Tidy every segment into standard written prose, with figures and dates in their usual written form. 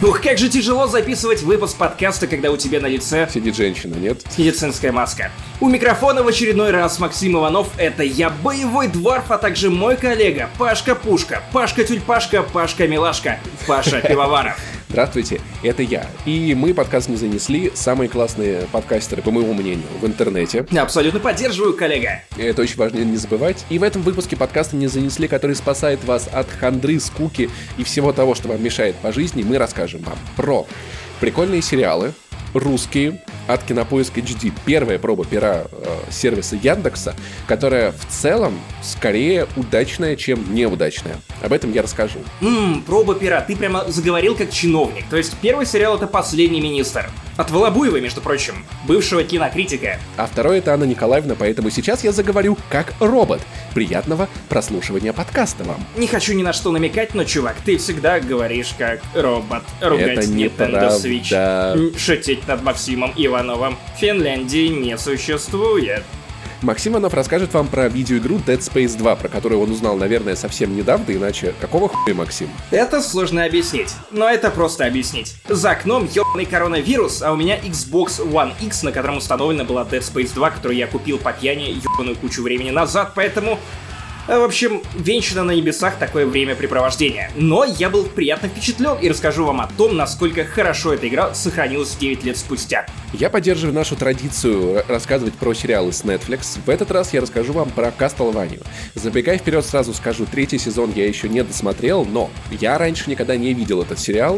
Ух, как же тяжело записывать выпуск подкаста, когда у тебя на лице сидит женщина, нет? Медицинская маска. У микрофона в очередной раз Максим Иванов, это я, боевой дворф, а также мой коллега Пашка Пушка, Пашка Тюльпашка, Пашка Милашка, Паша Пивоваров. Здравствуйте, это я. И мы подкаст «Не занесли», самые классные подкастеры, по моему мнению, в интернете. Абсолютно поддерживаю, коллега. Это очень важно не забывать. И в этом выпуске подкаста «Не занесли», который спасает вас от хандры, скуки и всего того, что вам мешает по жизни, мы расскажем вам про прикольные сериалы, русские, от Кинопоиск HD. Первая проба пера сервиса Яндекса, которая в целом скорее удачная, чем неудачная. Об этом я расскажу. Проба пера. Ты прямо заговорил как чиновник. То есть первый сериал — это «Последний министр». От Волобуева, между прочим, бывшего кинокритика. А второй — это Анна Николаевна, поэтому сейчас я заговорю как робот. Приятного прослушивания подкаста вам. Не хочу ни на что намекать, но, чувак, ты всегда говоришь как робот. Ругать это Nintendo Switch. неправда. Шутить над Максимом Ивановым. Финляндии не существует. Максим Иванов расскажет вам про видеоигру Dead Space 2, про которую он узнал, наверное, совсем недавно, иначе какого хуя, Максим? Это сложно объяснить, но это просто объяснить. За окном ёбаный коронавирус, а у меня Xbox One X, на котором установлена была Dead Space 2, которую я купил по пьяни ёбаную кучу времени назад, поэтому... В общем, венчано на небесах такое времяпрепровождение. Но я был приятно впечатлен и расскажу вам о том, насколько хорошо эта игра сохранилась 9 лет спустя. Я поддерживаю нашу традицию рассказывать про сериалы с Netflix. В этот раз я расскажу вам про Castlevania. Забегая вперед, сразу скажу, 3-й сезон я еще не досмотрел, но я раньше никогда не видел этот сериал,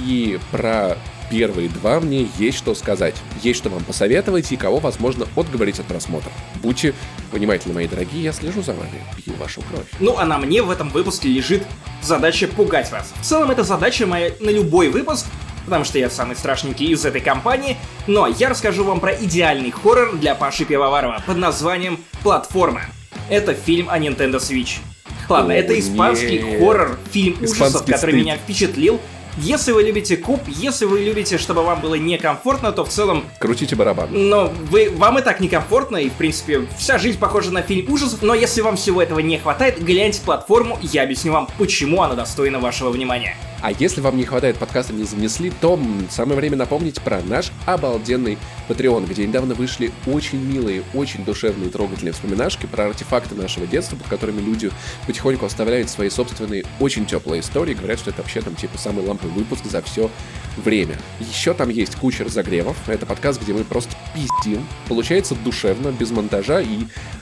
и про первые 2 мне есть что сказать. Есть что вам посоветовать и кого, возможно, отговорить от просмотра. Будьте внимательны, мои дорогие, я слежу за вами, пью вашу кровь. Ну а на мне в этом выпуске лежит задача пугать вас. В целом, это задача моя на любой выпуск, потому что я самый страшненький из этой компании, но я расскажу вам про идеальный хоррор для Паши Пивоварова под названием «Платформа». Это фильм о Nintendo Switch. Ладно, это испанский хоррор, фильм ужасов, который меня впечатлил. Если вы любите куб, если вы любите, чтобы вам было некомфортно, то в целом... Крутите барабан. Но вам и так некомфортно, и в принципе вся жизнь похожа на фильм ужасов, но если вам всего этого не хватает, гляньте «Платформу», я объясню вам, почему она достойна вашего внимания. А если вам не хватает подкаста «Не занесли», то самое время напомнить про наш обалденный Patreon, где недавно вышли очень милые, очень душевные и трогательные вспоминашки про артефакты нашего детства, под которыми люди потихоньку оставляют свои собственные очень теплые истории, говорят, что это вообще там типа самый ламповый выпуск за все время. Еще там есть куча разогревов, это подкаст, где мы просто пиздим, получается душевно, без монтажа и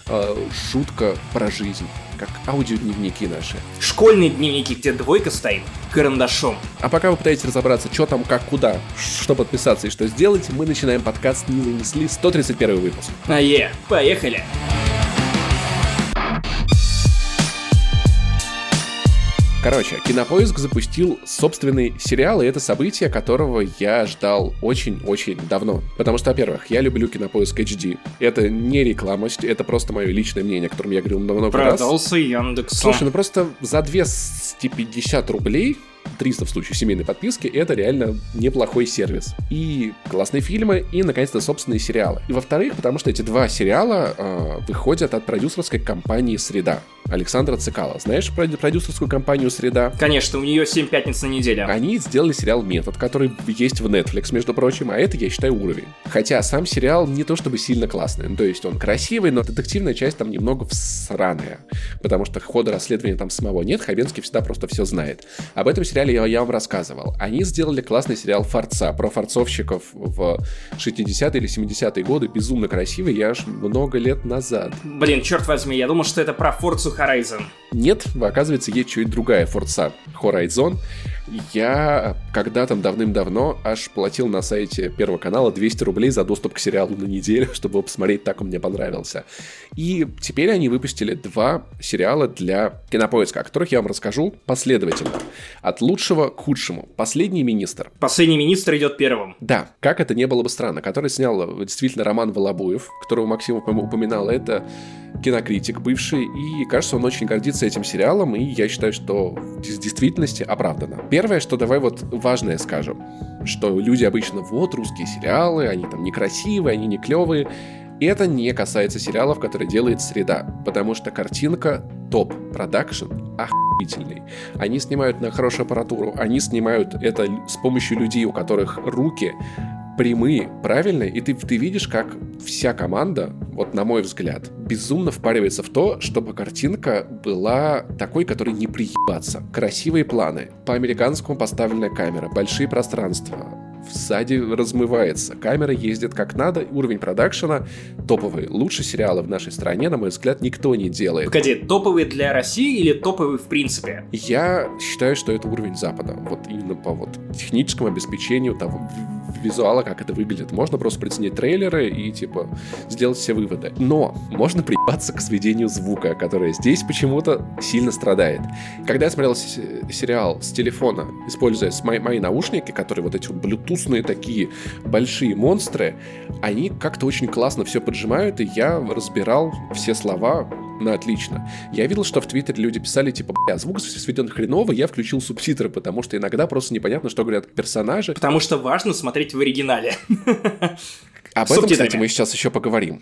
шутка про жизнь. Как аудиодневники наши. Школьные дневники, где двойка стоит карандашом. А пока вы пытаетесь разобраться, что там, как, куда, что подписаться и что сделать, мы начинаем подкаст «Не занесли», 131 выпуск. Поехали! Короче, Кинопоиск запустил собственный сериал, и это событие, которого я ждал очень-очень давно. Потому что, во-первых, я люблю Кинопоиск HD. Это не реклама, это просто мое личное мнение, о котором я говорил много раз. Продался Яндекс. Слушай, просто за 250 рублей, 300 в случае семейной подписки, это реально неплохой сервис. И классные фильмы, и, наконец-то, собственные сериалы. И, во-вторых, потому что эти 2 сериала выходят от продюсерской компании «Среда». Александра Цикало. Знаешь продюсерскую компанию «Среда»? Конечно, у нее 7 пятниц на неделю. Они сделали сериал «Метод», который есть в Netflix, между прочим, а это, я считаю, уровень. Хотя сам сериал не то чтобы сильно классный. То есть он красивый, но детективная часть там немного всраная. Потому что хода расследования там самого нет, Хабенский всегда просто все знает. Об этом сериале я вам рассказывал. Они сделали классный сериал «Форца» про форцовщиков в 60-е или 70-е годы. Безумно красивый, я аж много лет назад. Блин, черт возьми, я думал, что это про Forza Horizon. Нет, оказывается, есть чуть другая Forza Horizon. Я когда-то давным-давно аж платил на сайте Первого канала 200 рублей за доступ к сериалу на неделю, чтобы его посмотреть, так он мне понравился. И теперь они выпустили 2 сериала для Кинопоиска, о которых я вам расскажу последовательно. От лучшего к худшему. «Последний министр». «Последний министр» идет первым. Да, как это не было бы странно. Который снял действительно Роман Волобуев, которого Максим упоминал. Это кинокритик бывший, и кажется, он очень гордится этим сериалом, и я считаю, что в действительности оправдано. Первое, что давай вот важное скажем, что люди обычно, вот, русские сериалы, они там некрасивые, они не клевые. Это не касается сериалов, которые делает «Среда», потому что картинка топ, продакшн охуительный. Они снимают на хорошую аппаратуру, они снимают это с помощью людей, у которых руки прямые, правильные, и ты видишь, как вся команда, вот на мой взгляд, безумно впаривается в то, чтобы картинка была такой, которой не приебаться. Красивые планы, по-американскому поставленная камера, большие пространства, сзади размывается, камера ездит как надо, уровень продакшена топовый. Лучше сериалы в нашей стране, на мой взгляд, никто не делает. Погоди, топовый для России или топовый в принципе? Я считаю, что это уровень Запада. Вот именно по вот техническому обеспечению того визуала, как это выглядит. Можно просто приценить трейлеры и, типа, сделать все выводы. Но можно приебаться к сведению звука, которое здесь почему-то сильно страдает. Когда я смотрел сериал с телефона, используя мои наушники, которые вот эти вот блютусные такие большие монстры, они как-то очень классно все поджимают, и я разбирал все слова на отлично. Я видел, что в Твиттере люди писали, типа, звук сведен хреново, я включил субтитры, потому что иногда просто непонятно, что говорят персонажи. Потому что важно смотреть в оригинале. Об этом, кстати, мы сейчас еще поговорим.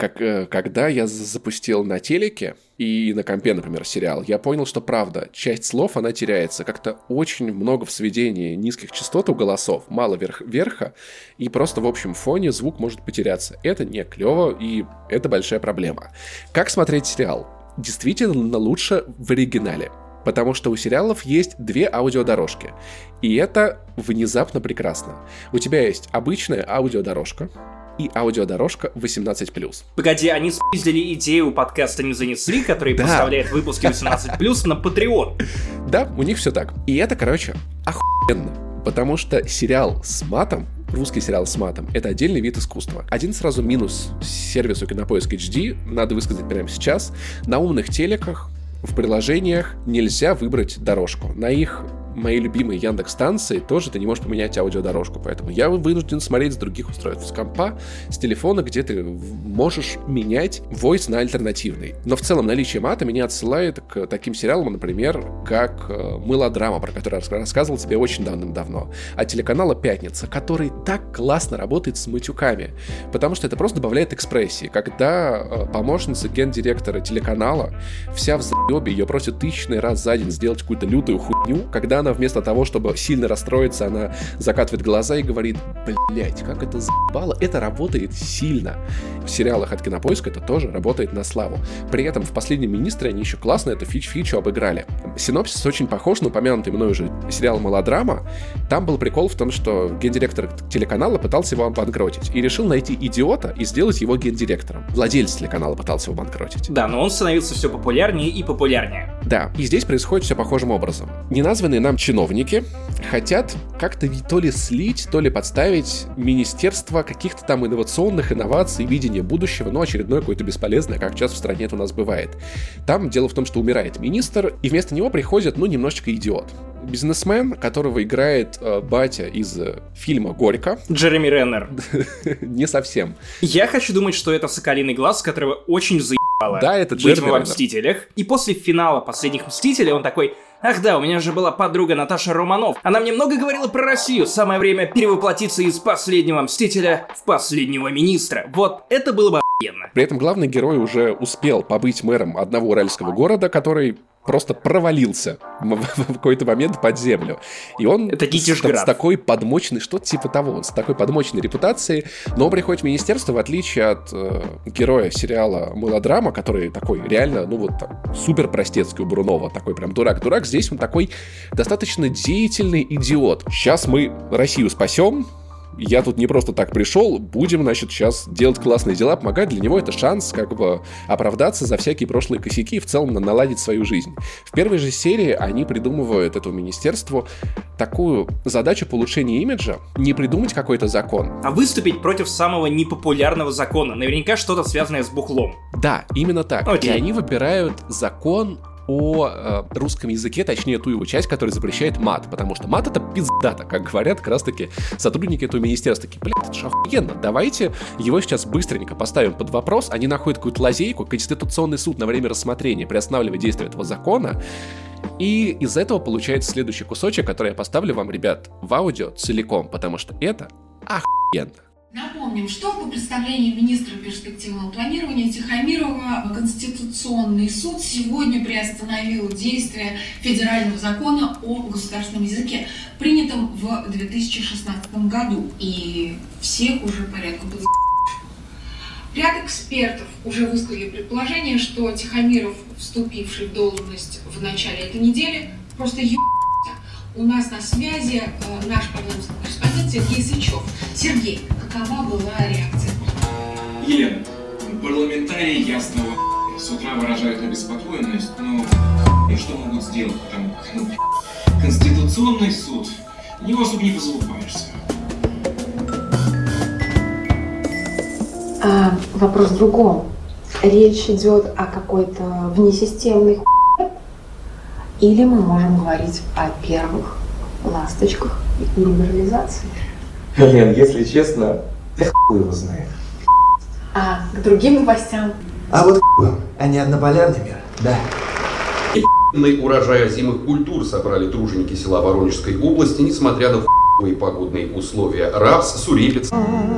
Когда я запустил на телеке и на компе, например, сериал, я понял, что правда, часть слов, она теряется. Как-то очень много в сведении низких частот у голосов, мало верха, и просто в общем фоне звук может потеряться. Это не клево, и это большая проблема. Как смотреть сериал? Действительно лучше в оригинале. Потому что у сериалов есть две аудиодорожки. И это внезапно прекрасно. У тебя есть обычная аудиодорожка и аудиодорожка 18+. Погоди, они спиздили идею подкаста «Не занесли», который поставляет выпуски 18+, на Patreon. Да, у них все так. И это, короче, охуенно. Потому что сериал с матом, русский сериал с матом, это отдельный вид искусства. Один сразу минус сервису Кинопоиск HD, надо высказать прямо сейчас. На умных телеках, в приложениях нельзя выбрать дорожку. На их мои любимые Яндекс-станции тоже ты не можешь поменять аудиодорожку, поэтому я вынужден смотреть с других устройств, с компа, с телефона, где ты можешь менять voice на альтернативный. Но в целом наличие мата меня отсылает к таким сериалам, например, как «Мылодрама», про который я рассказывал тебе очень давным-давно, от телеканала «Пятница», который так классно работает с матюками, потому что это просто добавляет экспрессии. Когда помощница гендиректора телеканала вся в заебе, ее просят 1000-й раз за день сделать какую-то лютую хуйню, когда она вместо того, чтобы сильно расстроиться, она закатывает глаза и говорит: блять, как это заебало. Это работает сильно. В сериалах от Кинопоиска это тоже работает на славу. При этом в «Последнем министре» они еще классно эту фичу обыграли. Синопсис очень похож на упомянутый мной уже сериал «Мылодрама». Там был прикол в том, что гендиректор телеканала пытался его обанкротить и решил найти идиота и сделать его гендиректором. Владелец телеканала пытался его обанкротить. Да, но он становился все популярнее и популярнее. Да, и здесь происходит все похожим образом. Неназванные нам чиновники хотят как-то то ли слить, то ли подставить министерство каких-то там инновационных инноваций, видения будущего, но очередное какое-то бесполезное, как часто в стране это у нас бывает. Там дело в том, что умирает министр, и вместо него приходит, немножечко идиот. Бизнесмен, которого играет батя из фильма «Горько». Джереми Реннер. Не совсем. Я хочу думать, что это «Соколиный глаз», которого очень заебало да, это быть Джереми во «Мстителях». И после финала «Последних Мстителей» он такой: ах да, у меня же была подруга Наташа Романов. Она мне много говорила про Россию. Самое время перевоплотиться из последнего Мстителя в последнего министра. Вот это было бы охуенно. При этом главный герой уже успел побыть мэром одного уральского города, который просто провалился в какой-то момент под землю. И он с такой подмоченной, что-то типа того, он с такой подмоченной репутацией, но он приходит в министерство, в отличие от героя сериала «Мылодрама», который такой реально, супер простецкий у Брунова, такой прям дурак-дурак. Здесь он такой достаточно деятельный идиот. Сейчас мы Россию спасем. Я тут не просто так пришел, будем, сейчас делать классные дела, помогать. Для него это шанс оправдаться за всякие прошлые косяки и в целом наладить свою жизнь. В первой же серии они придумывают этому министерству такую задачу по улучшению имиджа, не придумать какой-то закон, а выступить против самого непопулярного закона. Наверняка что-то связанное с бухлом. Да, именно так. Окей. И они выбирают закон о русском языке, точнее ту его часть, которая запрещает мат, потому что мат — это пиздата, как говорят как раз-таки сотрудники этого министерства. Такие: блядь, это же охуенно, давайте его сейчас быстренько поставим под вопрос. Они находят какую-то лазейку, Конституционный суд на время рассмотрения приостанавливает действие этого закона, и из этого получается следующий кусочек, который я поставлю вам, ребят, в аудио целиком, потому что это охуенно. Напомним, что по представлению министра перспективного планирования Тихомирова Конституционный суд сегодня приостановил действие федерального закона о государственном языке, принятом в 2016 году, и всех уже порядком подзабыл. Ряд экспертов уже высказали предположение, что Тихомиров, вступивший в должность в начале этой недели, просто ебался. У нас на связи наш парламентский корреспондент Сергей Сычев. Сергей, какова была реакция? Елена, парламентарии ясного с утра выражают обеспокоенность, но и что могут сделать? Там Конституционный суд, в него особо не позалупаешься. Вопрос в другом. Речь идет о какой-то внесистемной хуйне, или мы можем говорить о первых ласточках либерализации? Лен, если честно, хуй его знает. К другим новостям. А вот а не однополярный мир, да. Урожай озимых культур собрали труженики села Воронежской области, несмотря на хуевые погодные условия. Рапс, сурепец.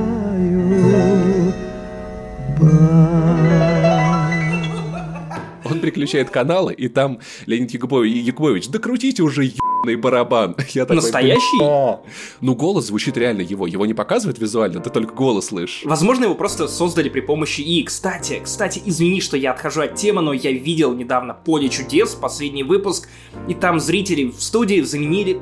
Он переключает каналы, и там Леонид Якубович, да крутите уже ебаный барабан. Я такой, настоящий? Ну, голос звучит реально его не показывают визуально, ты только голос слышишь. Возможно, его просто создали при помощи ИИ. Кстати, извини, что я отхожу от темы, но я видел недавно «Поле чудес», последний выпуск, и там зрители в студии заменили,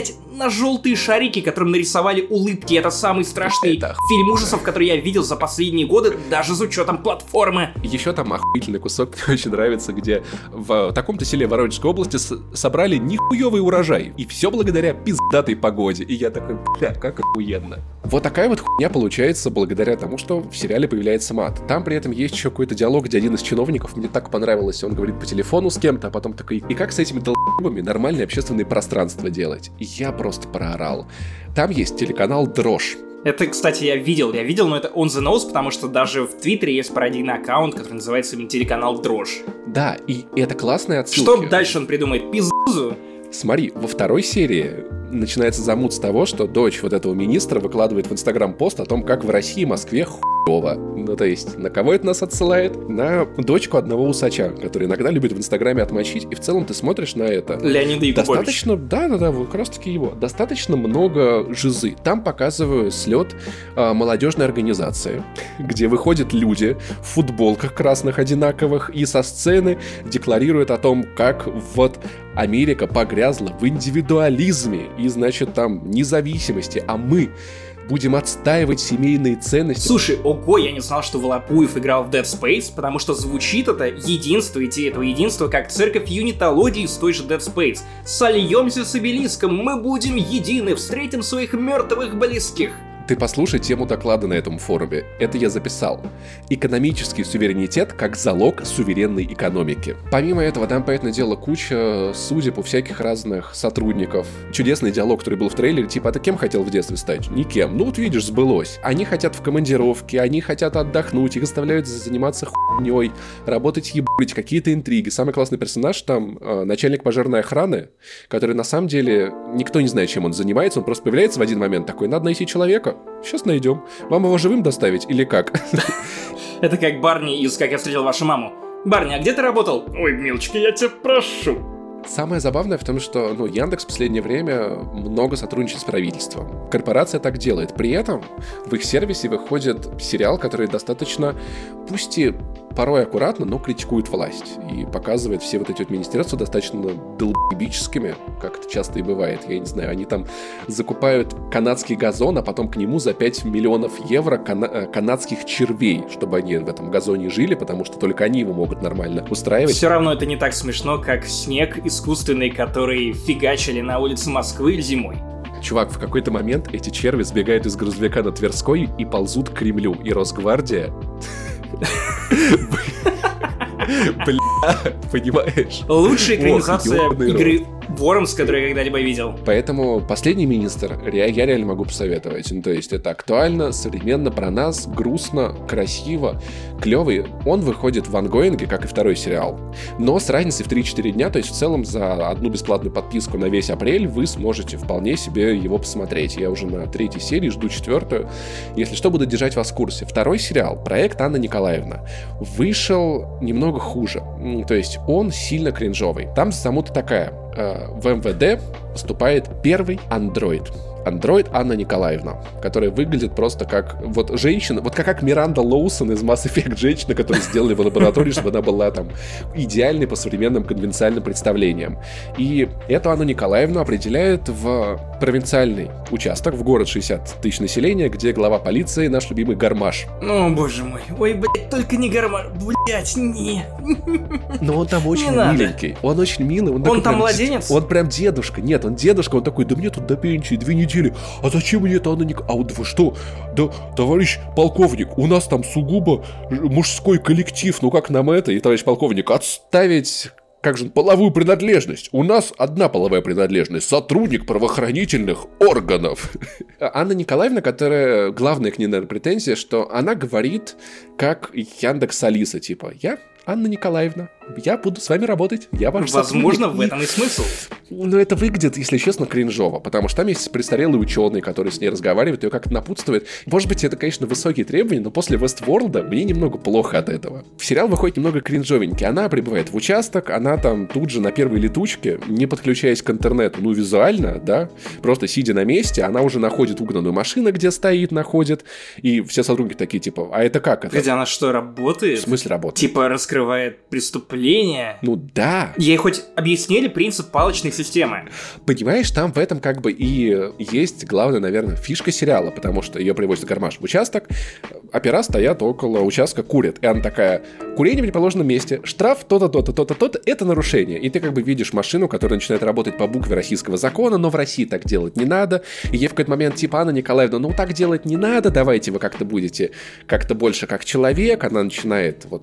на желтые шарики, которым нарисовали улыбки. Это самый страшный фильм ужасов, который я видел за последние годы, даже с учетом платформы. Еще там охуительный кусок, мне очень нравится, где в таком-то селе Воронежской области собрали нихуевый урожай. И все благодаря пиздатой погоде. И я такой, бля, как охуенно. Вот такая вот хуйня получается благодаря тому, что в сериале появляется мат. Там при этом есть еще какой-то диалог, где один из чиновников, мне так понравилось, он говорит по телефону с кем-то, а потом такой, и как с этими долбами нормальное общественное пространство делать? И я просто проорал. Там есть телеканал «Дрожь». Это, кстати, я видел, но это on the nose, потому что даже в Твиттере есть пародийный аккаунт, который называется именно телеканал «Дрожь». Да, и это классная отсылка. Что дальше он придумает? Пиздузу? Смотри, во второй серии начинается замут с того, что дочь вот этого министра выкладывает в Инстаграм пост о том, как в России и Москве хуёво. Ну, то есть, на кого это нас отсылает? На дочку одного усача, который иногда любит в Инстаграме отмочить, и в целом ты смотришь на это. Леонида Якубовича. Достаточно, да, вот как раз таки его. Достаточно много жизы. Там показываю слет молодежной организации, где выходят люди в футболках красных одинаковых и со сцены декларируют о том, как вот Америка погрязла в индивидуализме и, значит, там независимости, а мы будем отстаивать семейные ценности. Слушай, ого, я не знал, что Волопуев играл в Dead Space, потому что звучит это единство, идея этого единства, как церковь юнитологии с той же Dead Space. Сольемся с обелиском, мы будем едины, встретим своих мертвых близких. Ты послушай тему доклада на этом форуме. Это я записал. Экономический суверенитет как залог суверенной экономики. Помимо этого, там, понятное дело, куча судеб у всяких разных сотрудников. Чудесный диалог, который был в трейлере, типа, а ты кем хотел в детстве стать? Никем. Ну вот видишь, сбылось. Они хотят в командировке, они хотят отдохнуть, их заставляют заниматься хуйней, работать ебать, какие-то интриги. Самый классный персонаж там начальник пожарной охраны, который на самом деле никто не знает, чем он занимается, он просто появляется в один момент такой, надо найти человека. Сейчас найдем. Вам его живым доставить или как? Это как Барни из «Как я встретил вашу маму». Барни, а где ты работал? Ой, милочка, я тебя прошу. Самое забавное в том, что Яндекс в последнее время много сотрудничает с правительством. Корпорация так делает. При этом в их сервисе выходит сериал, который достаточно, пусть и порой аккуратно, но критикует власть. И показывает все вот эти вот министерства достаточно долбическими, как это часто и бывает. Я не знаю, они там закупают канадский газон, а потом к нему за 5 миллионов евро канадских червей, чтобы они в этом газоне жили, потому что только они его могут нормально устраивать. Все равно это не так смешно, как снег искусственный, который фигачили на улице Москвы зимой. Чувак, в какой-то момент эти черви сбегают из грузовика на Тверской и ползут к Кремлю. И Росгвардия... Бля, понимаешь? Лучшая экранизация игры Вормс, который я когда-либо видел. Поэтому «Последний министр» я реально могу посоветовать. Ну, то есть это актуально, современно, про нас, грустно, красиво, клевый. Он выходит в ангоинге, как и второй сериал, но с разницей в 3-4 дня, то есть в целом за одну бесплатную подписку на весь апрель вы сможете вполне себе его посмотреть. Я уже на 3-й серии, жду 4-ю. Если что, буду держать вас в курсе. Второй сериал, проект Анна Николаевна, вышел немного хуже. То есть он сильно кринжовый. Там замута такая. В МВД поступает первый андроид. Андроид Анна Николаевна, которая выглядит просто как вот женщина, вот как Миранда Лоусон из Mass Effect, женщина, которую сделали в лаборатории, чтобы она была там идеальной по современным конвенциальным представлениям. И эту Анну Николаевну определяют в провинциальный участок, в город 60 тысяч населения, где глава полиции наш любимый Гармаш. О, боже мой. Ой, блядь, только не Гармаш. Блядь, не. Но он там очень миленький. Он очень милый. Он там младенец? Он прям дедушка. Нет, он дедушка. Он такой, да мне тут до пенсии 2 недели. А зачем мне это Анна Николаевна? А вот вы что? Да, товарищ полковник, у нас там сугубо мужской коллектив. Ну как нам это? И товарищ полковник, отставить... Как же, половую принадлежность? У нас одна половая принадлежность. Сотрудник правоохранительных органов. Анна Николаевна, которая... Главная к ней, наверное, претензия, что она говорит как Яндекс.Алиса. Типа, я Анна Николаевна, я буду с вами работать. Я ваш Возможно, сотрудник. в этом и смысл. Но это выглядит, если честно, кринжово. Потому что там есть престарелый ученый, который с ней разговаривает, ее как-то напутствует. Может быть, это, конечно, высокие требования, но после Вестворлда мне немного плохо от этого. Сериал выходит немного кринжовенький. Она прибывает в участок, она там тут же на первой летучке, не подключаясь к интернету, ну, визуально, да, просто сидя на месте, она уже находит угнанную машину, где стоит, находит, и все сотрудники такие, типа, а это как это? Где она что, работает? В смысле работает? Типа раскрывает преступление? Ну да. Ей хоть объяснили принцип палочной системы? Понимаешь, там в этом как бы и есть главная, наверное, фишка сериала, потому что ее привозят Гармаш в участок, опера стоят около участка, курят, и она такая, курение в неположенном месте, штраф то-то, то-то, то-то, то-то, это нарушение. И ты как бы видишь машину, которая начинает работать по букве российского закона, но в России так делать не надо. И ей в какой-то момент типа, Анна Николаевна, ну так делать не надо, давайте вы как-то будете как-то больше как человек. Она начинает вот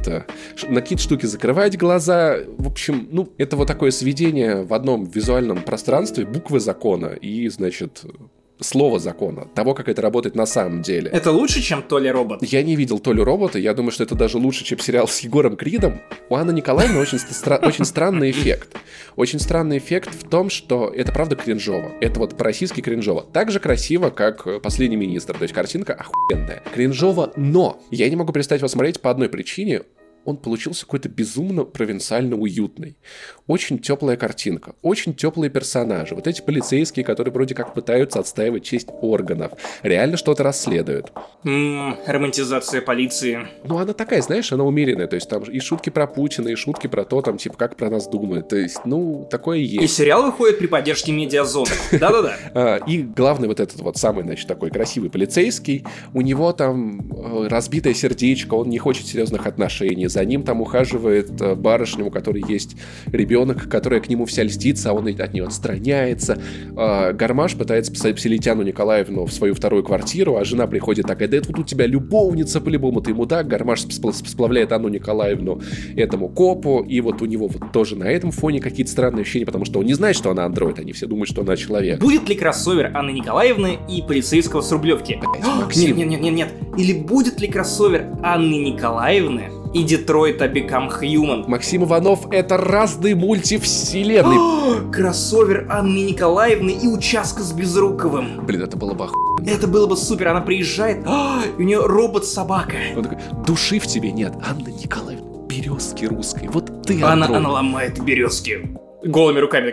на какие-то штуки закрывать глаза. В общем, ну, это вот такое сведение в одном визуальном пространстве буквы закона и, значит... слово закона, того, как это работает на самом деле. Это лучше, чем Толя Робот? Я не видел Толю Робота, я думаю, что это даже лучше, чем сериал с Егором Кридом. У Анны Николаевны очень странный эффект. Очень странный эффект в том, что это правда кринжово. Это вот по-российски кринжово. Так же красиво, как «Последний министр», то есть картинка охуенная. Кринжово, но я не могу перестать его смотреть по одной причине. Он получился какой-то безумно провинциально уютный. Очень теплая картинка, очень теплые персонажи. Вот эти полицейские, которые вроде как пытаются отстаивать честь органов, реально что-то расследуют. Романтизация полиции. Ну, она такая, знаешь, она умеренная. То есть там и шутки про Путина, и шутки про то, там, типа, как про нас думают. То есть, ну, такое есть. И сериал выходит при поддержке медиазоны. Да-да-да. И главный вот этот вот самый, значит, такой красивый полицейский, у него там разбитое сердечко, он не хочет серьезных отношений. За ним там ухаживает барышня, у которой есть ребенок, которая к нему вся льстится, а он от нее отстраняется. Гармаш пытается поселить Анну Николаевну в свою вторую квартиру, а жена приходит такая, да это вот у тебя любовница, по-любому ты ему так. Гармаш сплавляет Анну Николаевну этому копу, и вот у него вот тоже на этом фоне какие-то странные ощущения, потому что он не знает, что она андроид, они все думают, что она человек. Будет ли кроссовер Анны Николаевны и полицейского с Рублевки? Нет. Или будет ли кроссовер Анны Николаевны и Детройта Become Human? Максим Иванов — это разные мультивселенные. Кроссовер Анны Николаевны и участка с Безруковым. Блин, это было бы охуенно. Это было бы супер. Она приезжает, и у нее робот-собака. Он такой, души в тебе нет. Анна Николаевна, березки русской. Вот ты андроид. Она ломает березки. Голыми руками.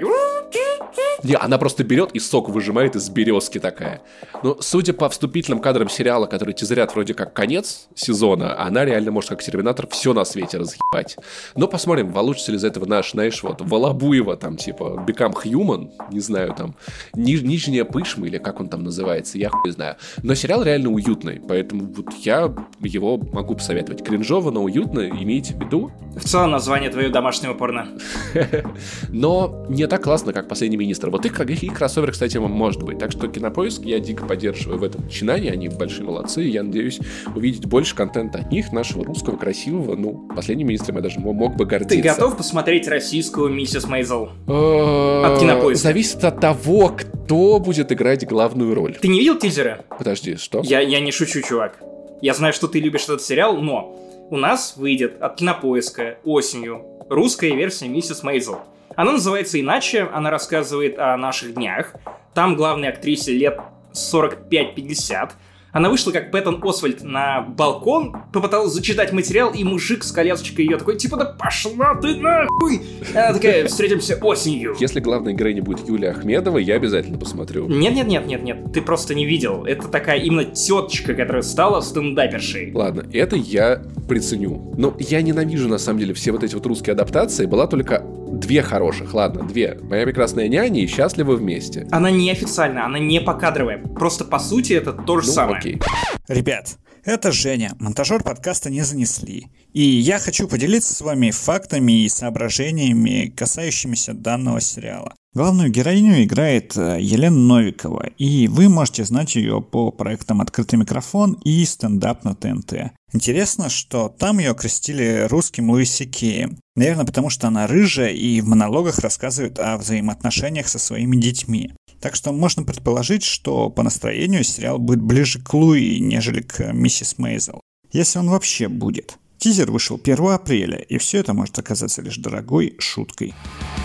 Не, она просто берет и сок выжимает из березки такая. Но судя по вступительным кадрам сериала, которые тизерят вроде как конец сезона, она реально может как Терминатор все на свете разъебать. Но посмотрим, получится ли из этого наш, знаешь, вот Волобуева, там, типа, Become Human, не знаю, там, Нижняя Пышма, или как он там называется, я хуй знаю. Но сериал реально уютный, поэтому вот я его могу посоветовать. Кринжово, но уютно, имейте в виду. В целом название твоего домашнего порно. Но не так классно, как «Последний министр». Вот их кроссовер, кстати, может быть. Так что Кинопоиск я дико поддерживаю в этом начинании. Они большие молодцы. Я надеюсь увидеть больше контента от них, нашего русского, красивого. Последним министром я даже мог бы гордиться. Ты готов посмотреть российскую миссис Мейзел? От Кинопоиска. Зависит от того, кто будет играть главную роль. Ты не видел тизеры? Подожди, что? Я не шучу, чувак. Я знаю, что ты любишь этот сериал, но у нас выйдет от Кинопоиска осенью русская версия миссис Мейзел. Она называется иначе, она рассказывает о наших днях. Там главной актрисе лет 45-50. Она вышла как Пэттон Освальд на балкон, попыталась зачитать материал, и мужик с колясочкой ее такой, типа, да пошла ты нахуй! Она такая, встретимся осенью. Если главной героиней будет Юлия Ахмедова, я обязательно посмотрю. Нет, ты просто не видел. Это такая именно теточка, которая стала стендапершей. Ладно, это я приценю. Но я ненавижу, на самом деле, все вот эти вот русские адаптации. Была только 2 хороших, ладно, 2. «Моя прекрасная няня» и «Счастливы вместе». Она неофициальная, она не покадровая. Просто, по сути, это то же самое. Окей. Ребят, это Женя, монтажер подкаста «Не занесли». И я хочу поделиться с вами фактами и соображениями, касающимися данного сериала. Главную героиню играет Елена Новикова, и вы можете знать ее по проектам «Открытый микрофон» и «Стендап на ТНТ». Интересно, что там ее окрестили русским Луи Си Кеем. Наверное, потому что она рыжая и в монологах рассказывает о взаимоотношениях со своими детьми. Так что можно предположить, что по настроению сериал будет ближе к Луи, нежели к миссис Мейзел. Если он вообще будет. Тизер вышел 1 апреля, и все это может оказаться лишь дорогой шуткой.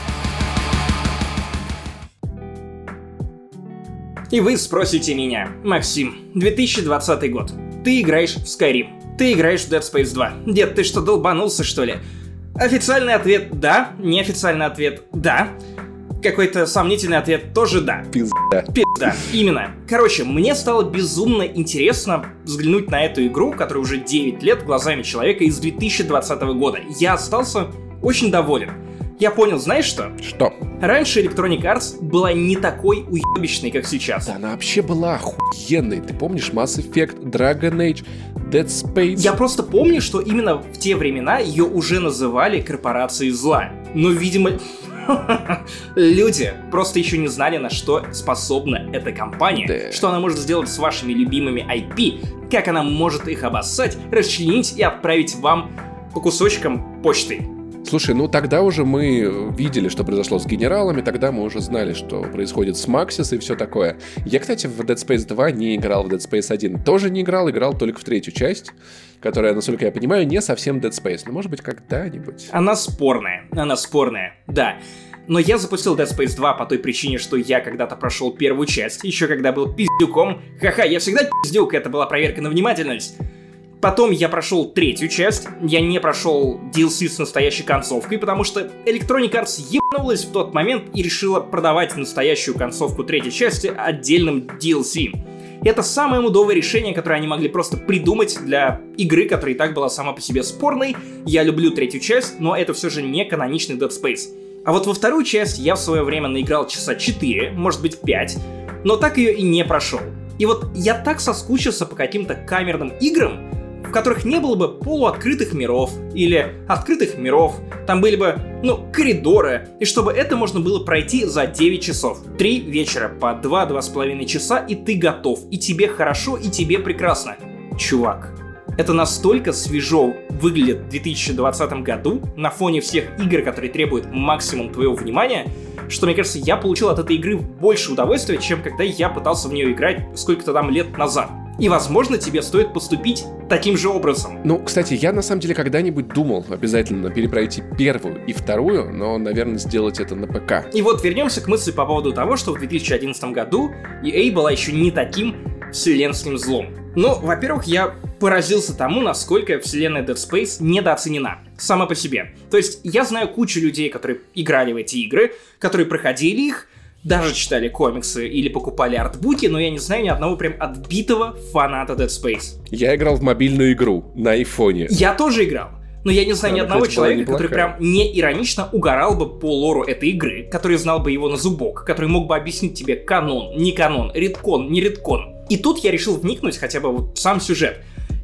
И вы спросите меня, Максим, 2020 год. Ты играешь в Skyrim. Ты играешь в Dead Space 2. Дед, ты что, долбанулся, что ли? Официальный ответ – да. Неофициальный ответ – да. Какой-то сомнительный ответ тоже да. Пизда. Именно. Короче, мне стало безумно интересно взглянуть на эту игру, которая уже 9 лет глазами человека из 2020 года. Я остался очень доволен. Я понял, знаешь что? Что? Раньше Electronic Arts была не такой уебищной, как сейчас. Да, она вообще была охуенной. Ты помнишь Mass Effect, Dragon Age, Dead Space? Я просто помню, что именно в те времена ее уже называли корпорацией зла. Но, видимо, люди просто еще не знали, на что способна эта компания. Что она может сделать с вашими любимыми IP, как она может их обоссать, расчленить и отправить вам по кусочкам почтой. Слушай, тогда уже мы видели, что произошло с генералами, тогда мы уже знали, что происходит с Максис и все такое. Я, кстати, в Dead Space 2 не играл, в Dead Space 1 тоже не играл только в 3-ю часть, которая, насколько я понимаю, не совсем Dead Space, но может быть когда-нибудь. Она спорная, да. Но я запустил Dead Space 2 по той причине, что я когда-то прошел 1-ю часть, еще когда был пиздюком. Ха-ха, я всегда пиздюк, это была проверка на внимательность. Потом я прошел 3-ю часть, я не прошел DLC с настоящей концовкой, потому что Electronic Arts ебанулась в тот момент и решила продавать настоящую концовку 3-й части отдельным DLC. Это самое мудовое решение, которое они могли просто придумать для игры, которая и так была сама по себе спорной. Я люблю 3-ю часть, но это все же не каноничный Dead Space. А вот во 2-ю часть я в свое время наиграл часа 4, может быть 5, но так ее и не прошел. И вот я так соскучился по каким-то камерным играм, в которых не было бы полуоткрытых миров или открытых миров, там были бы, коридоры, и чтобы это можно было пройти за 9 часов. 3 вечера по 2-2,5 часа, и ты готов, и тебе хорошо, и тебе прекрасно. Чувак, это настолько свежо выглядит в 2020 году на фоне всех игр, которые требуют максимум твоего внимания, что, мне кажется, я получил от этой игры больше удовольствия, чем когда я пытался в нее играть сколько-то там лет назад. И, возможно, тебе стоит поступить таким же образом. Кстати, я на самом деле когда-нибудь думал обязательно перепройти 1-ю и 2-ю, но, наверное, сделать это на ПК. И вот вернемся к мысли по поводу того, что в 2011 году EA была еще не таким вселенским злом. Во-первых, я поразился тому, насколько вселенная Dead Space недооценена сама по себе. То есть я знаю кучу людей, которые играли в эти игры, которые проходили их, даже читали комиксы или покупали артбуки, но я не знаю ни одного прям отбитого фаната Dead Space. Я играл в мобильную игру на айфоне. Я тоже играл. Но я не знаю ни одного человека, который прям не иронично угорал бы по лору этой игры, который знал бы его на зубок, который мог бы объяснить тебе канон, не канон, редкон, не редкон. И тут я решил вникнуть хотя бы в сам сюжет.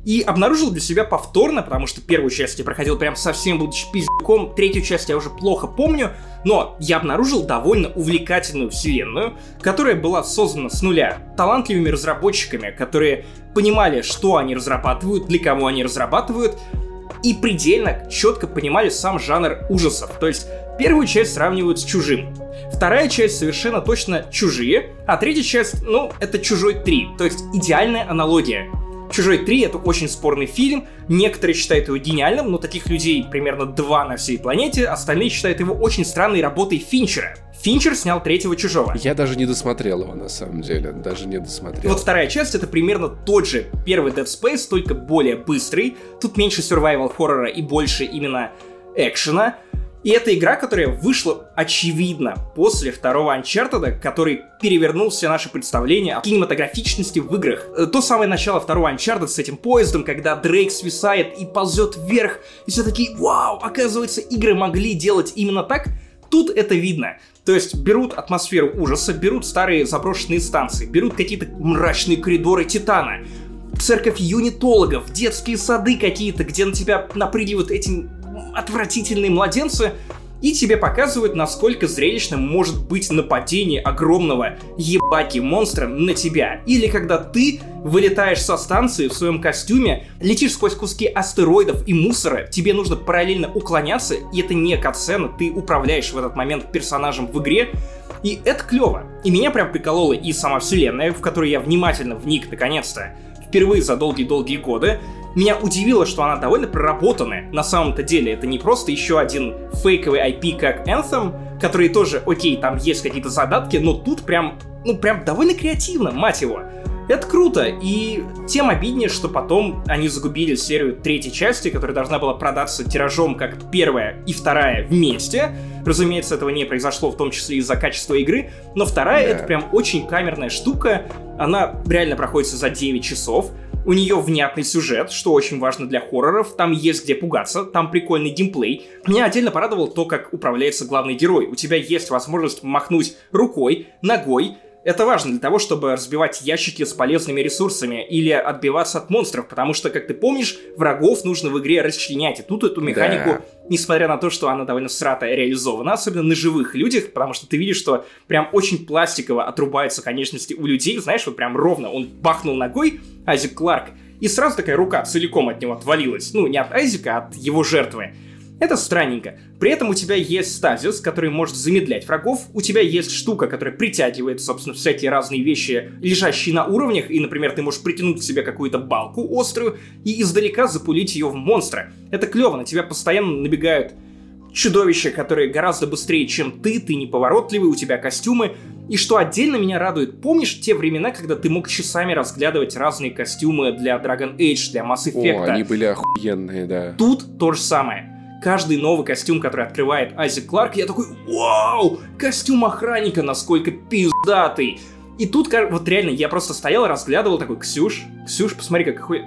И обнаружил для себя повторно, потому что первую часть я проходил прям совсем будучи пиздюком, третью часть я уже плохо помню, но я обнаружил довольно увлекательную вселенную, которая была создана с нуля талантливыми разработчиками, которые понимали, что они разрабатывают, для кого они разрабатывают, и предельно четко понимали сам жанр ужасов. То есть первую часть сравнивают с «Чужим», вторая часть совершенно точно «Чужие», а третья часть, это «Чужой 3», то есть идеальная аналогия. «Чужой 3» — это очень спорный фильм, некоторые считают его гениальным, но таких людей примерно 2 на всей планете, остальные считают его очень странной работой Финчера. Финчер снял третьего «Чужого». Я даже не досмотрел его, на самом деле, даже не досмотрел. Вот вторая часть — это примерно тот же первый Dead Space, только более быстрый, тут меньше survival-хоррора и больше именно экшена. И это игра, которая вышла, очевидно, после второго Uncharted, который перевернул все наши представления о кинематографичности в играх. То самое начало второго Uncharted с этим поездом, когда Дрейк свисает и ползет вверх, и все такие: вау, оказывается, игры могли делать именно так. Тут это видно. То есть берут атмосферу ужаса, берут старые заброшенные станции, берут какие-то мрачные коридоры Титана, церковь юнитологов, детские сады какие-то, где на тебя напрыгивают эти отвратительные младенцы, и тебе показывают, насколько зрелищным может быть нападение огромного ебаки монстра на тебя. Или когда ты вылетаешь со станции в своем костюме, летишь сквозь куски астероидов и мусора, тебе нужно параллельно уклоняться, и это не катсцена, ты управляешь в этот момент персонажем в игре, и это клево. И меня прям приколола и сама вселенная, в которую я внимательно вник наконец-то, впервые за долгие-долгие годы. Меня удивило, что она довольно проработанная. На самом-то деле, это не просто еще один фейковый IP, как Anthem, который тоже, окей, там есть какие-то задатки, но тут прям довольно креативно, мать его. Это круто, и тем обиднее, что потом они загубили серию третьей части, которая должна была продаться тиражом как первая и вторая вместе. Разумеется, этого не произошло, в том числе из-за качества игры, но вторая это прям очень камерная штука, она реально проходится за 9 часов. У нее внятный сюжет, что очень важно для хорроров, там есть где пугаться, там прикольный геймплей. Меня отдельно порадовало то, как управляется главный герой. У тебя есть возможность махнуть рукой, ногой. Это важно для того, чтобы разбивать ящики с полезными ресурсами или отбиваться от монстров, потому что, как ты помнишь, врагов нужно в игре расчленять. И тут эту механику, несмотря на то, что она довольно всратая, реализована, особенно на живых людях, потому что ты видишь, что прям очень пластиково отрубаются конечности у людей, знаешь, вот прям ровно. Он бахнул ногой, Айзек Кларк, и сразу такая рука целиком от него отвалилась. Не от Айзека, а от его жертвы. Это странненько. При этом у тебя есть стазис, который может замедлять врагов, у тебя есть штука, которая притягивает, собственно, всякие разные вещи, лежащие на уровнях, и, например, ты можешь притянуть к себе какую-то балку острую и издалека запулить ее в монстра. Это клево, на тебя постоянно набегают чудовища, которые гораздо быстрее, чем ты неповоротливый, у тебя костюмы. И что отдельно меня радует, помнишь те времена, когда ты мог часами разглядывать разные костюмы для Dragon Age, для Mass Effect? О, они были охуенные, да. Тут то же самое. Каждый новый костюм, который открывает Айзек Кларк, я такой: вау, костюм охранника, насколько пиздатый. И тут вот реально я просто стоял, разглядывал, такой: Ксюш, посмотри, как охуенно.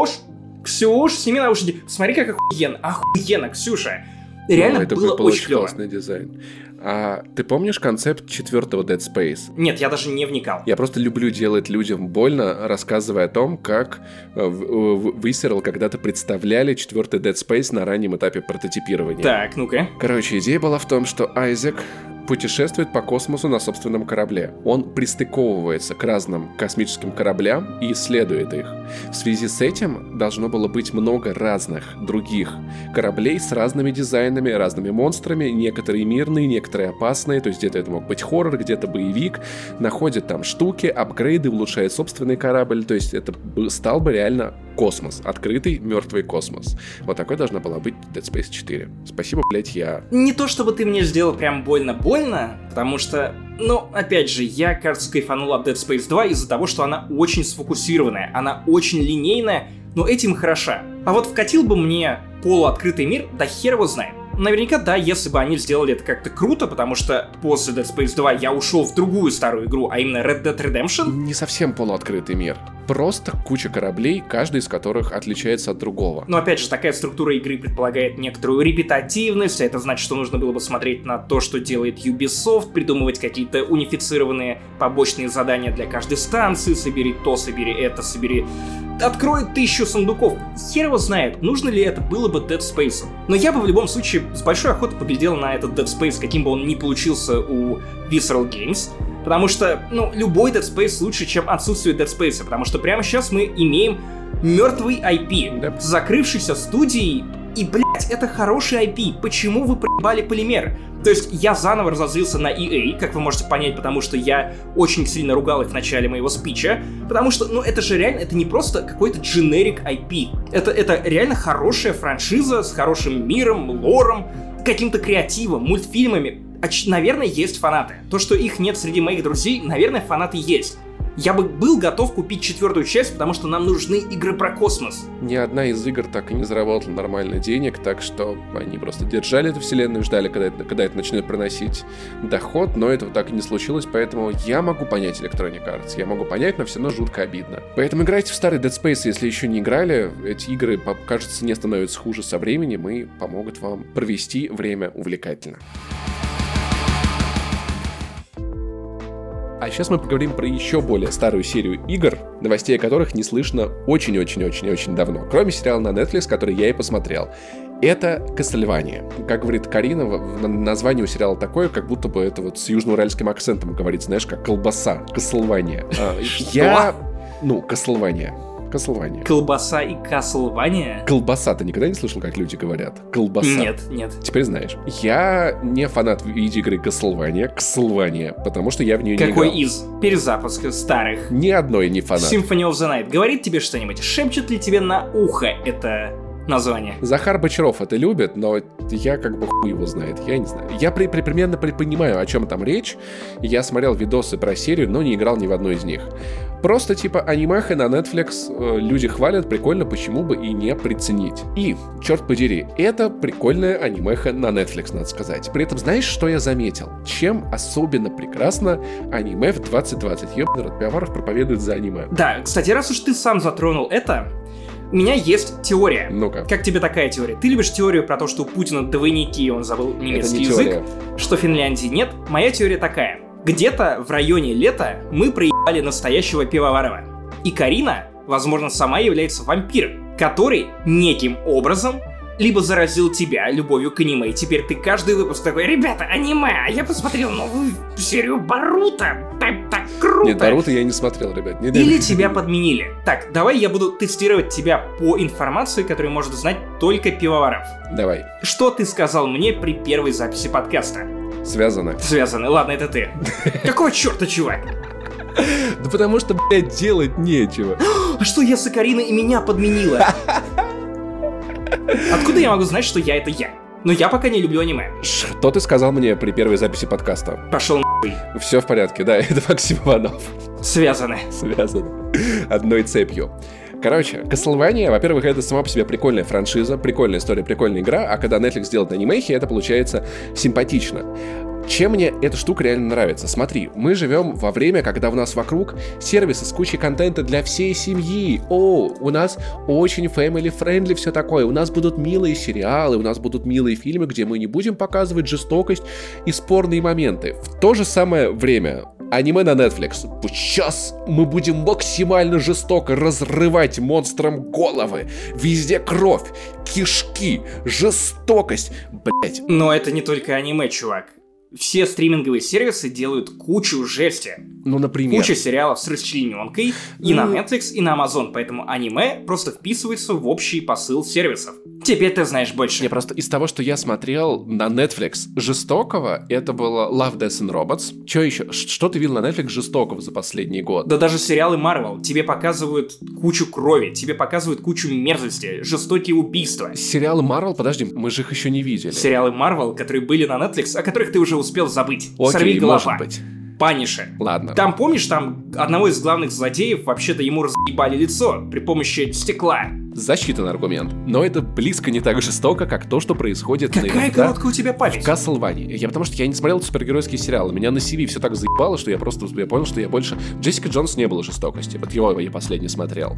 Ксюш, сними наушники, посмотри, как охуенно, Ксюша. Реально это было был очень клево. Классный дизайн. А ты помнишь концепт 4-го Dead Space? Нет, я даже не вникал. Я просто люблю делать людям больно, рассказывая о том, как Visceral когда-то представляли 4-й Dead Space на раннем этапе прототипирования. Так, ну-ка. Короче, идея была в том, что Айзек путешествует по космосу на собственном корабле. Он пристыковывается к разным космическим кораблям и исследует их. В связи с этим должно было быть много разных других кораблей с разными дизайнами, разными монстрами, некоторые мирные, некоторые опасные, то есть где-то это мог быть хоррор, где-то боевик, находит там штуки, апгрейды, улучшает собственный корабль, то есть это стал бы реально космос, открытый мертвый космос. Вот такой должна была быть Dead Space 4. Спасибо, блять, я... Не то чтобы ты мне сделал прям больно, потому что, опять же, я, кажется, кайфанул от Dead Space 2 из-за того, что она очень сфокусированная, она очень линейная, но этим хороша. А вот вкатил бы мне полуоткрытый мир, да хер его знает. Наверняка да, если бы они сделали это как-то круто, потому что после Dead Space 2 я ушел в другую старую игру, а именно Red Dead Redemption. Не совсем полуоткрытый мир. просто куча кораблей, каждый из которых отличается от другого. Но опять же, такая структура игры предполагает некоторую репетативность, а это значит, что нужно было бы смотреть на то, что делает Ubisoft, придумывать какие-то унифицированные побочные задания для каждой станции, собери то, собери это, собери... Открой 1000 сундуков. Хер его знает, нужно ли это было бы Dead Space. Но я бы в любом случае с большой охотой поглядел на этот Dead Space, каким бы он ни получился у Visceral Games. Потому что, любой Dead Space лучше, чем отсутствие Dead Space. Потому что прямо сейчас мы имеем мертвый IP с закрывшейся студией. И, блять, это хороший IP. Почему вы проебали полимер? То есть я заново разозлился на EA, как вы можете понять, потому что я очень сильно ругал их в начале моего спича. Потому что, это же реально, это не просто какой-то generic IP. Это реально хорошая франшиза с хорошим миром, лором, каким-то креативом, мультфильмами. Наверное, есть фанаты. То, что их нет среди моих друзей, наверное, фанаты есть. Я бы был готов купить 4-ю часть, потому что нам нужны игры про космос. Ни одна из игр так и не заработала нормально денег, так что они просто держали эту вселенную, ждали, когда это начнет приносить доход, но этого так и не случилось, поэтому я могу понять Electronic Arts, я могу понять, но все равно жутко обидно. Поэтому играйте в старый Dead Space, если еще не играли, эти игры, кажется, не становятся хуже со временем и помогут вам провести время увлекательно. А сейчас мы поговорим про еще более старую серию игр, новостей о которых не слышно очень-очень-очень-очень давно. Кроме сериала на Netflix, который я и посмотрел. Это Castlevania. Как говорит Карина, название у сериала такое, как будто бы это вот с южноуральским акцентом говорит, знаешь, как колбаса. Castlevania. Castlevania. Колбаса и Castlevania? Колбаса, ты никогда не слышал, как люди говорят? Колбаса. Нет. Теперь знаешь. Я не фанат видеоигры Castlevania, потому что я в нее не играл. Какой из перезапусков старых? Ни одной не фанат. Symphony of the Night говорит тебе что-нибудь? Шепчет ли тебе на ухо это название? Захар Бочаров это любит, но я как бы хуй его знает, я не знаю. Я примерно понимаю, о чем там речь. Я смотрел видосы про серию, но не играл ни в одну из них. Просто типа анимеха на Netflix, люди хвалят, прикольно, почему бы и не приценить. И, черт подери, это прикольная анимеха на Netflix, надо сказать. При этом знаешь, что я заметил? Чем особенно прекрасно аниме в 2020? Ёбаный рот, Пивоваров проповедует за аниме. Да, кстати, раз уж ты сам затронул это, у меня есть теория. Ну-ка. Как тебе такая теория? Ты любишь теорию про то, что у Путина двойники, он забыл немецкий язык, теория. Что Финляндии нет? Моя теория такая. Где-то в районе лета мы проебали настоящего Пивоварова. И Карина, возможно, сама является вампиром, который неким образом либо заразил тебя любовью к аниме, и теперь ты каждый выпуск такой: ребята, аниме, а я посмотрел новую серию Боруто, так круто. Нет, Боруто я не смотрел, ребят. Или тебя подменили. Так, давай я буду тестировать тебя по информации, которую может знать только Пивоваров. Давай. Что ты сказал мне при первой записи подкаста? Связано. Ладно, это ты. Какого черта, чувак? Да потому что, блядь, делать нечего. А что, если Карина и меня подменила? Откуда я могу знать, что я — это я? Но я пока не люблю аниме. Что ты сказал мне при первой записи подкаста? Пошел нахуй. Все в порядке, да, это Максим Иванов. Связаны. Одной цепью. Короче, Castlevania, во-первых, это сама по себе прикольная франшиза, прикольная история, прикольная игра, а когда Netflix делает анимехи, это получается симпатично. Чем мне эта штука реально нравится? Смотри, мы живем во время, когда у нас вокруг сервисы с кучей контента для всей семьи. У нас очень family-friendly все такое. У нас будут милые сериалы, у нас будут милые фильмы, где мы не будем показывать жестокость и спорные моменты. В то же самое время аниме на Netflix. Сейчас мы будем максимально жестоко разрывать монстрам головы. Везде кровь, кишки, жестокость. Блять. Но это не только аниме, чувак. Все стриминговые сервисы делают кучу жести. Ну, например. Куча сериалов с расчлененкой и на Netflix, и на Amazon, поэтому аниме просто вписывается в общий посыл сервисов. Теперь ты знаешь больше. Я просто из того, что я смотрел на Netflix жестокого, это было Love, Death and Robots. Что еще? Что ты видел на Netflix жестокого за последний год? Да даже сериалы Marvel. Тебе показывают кучу крови, тебе показывают кучу мерзости, жестокие убийства. Сериалы Marvel? Подожди, мы же их еще не видели. Сериалы Marvel, которые были на Netflix, о которых ты уже успел забыть. Окей, Сорви голова. может быть. Панишер. Ладно. Там, помнишь, там одного из главных злодеев вообще-то ему разъебали лицо при помощи стекла. засчитан аргумент. Но это близко не так жестоко, как то, что происходит Какая короткая у тебя память? в Castlevania. Потому что я не смотрел супергеройские сериалы. Меня на CV все так заебало, что я понял, что я больше... Джессика Джонс не было жестокости. Вот его я последний смотрел.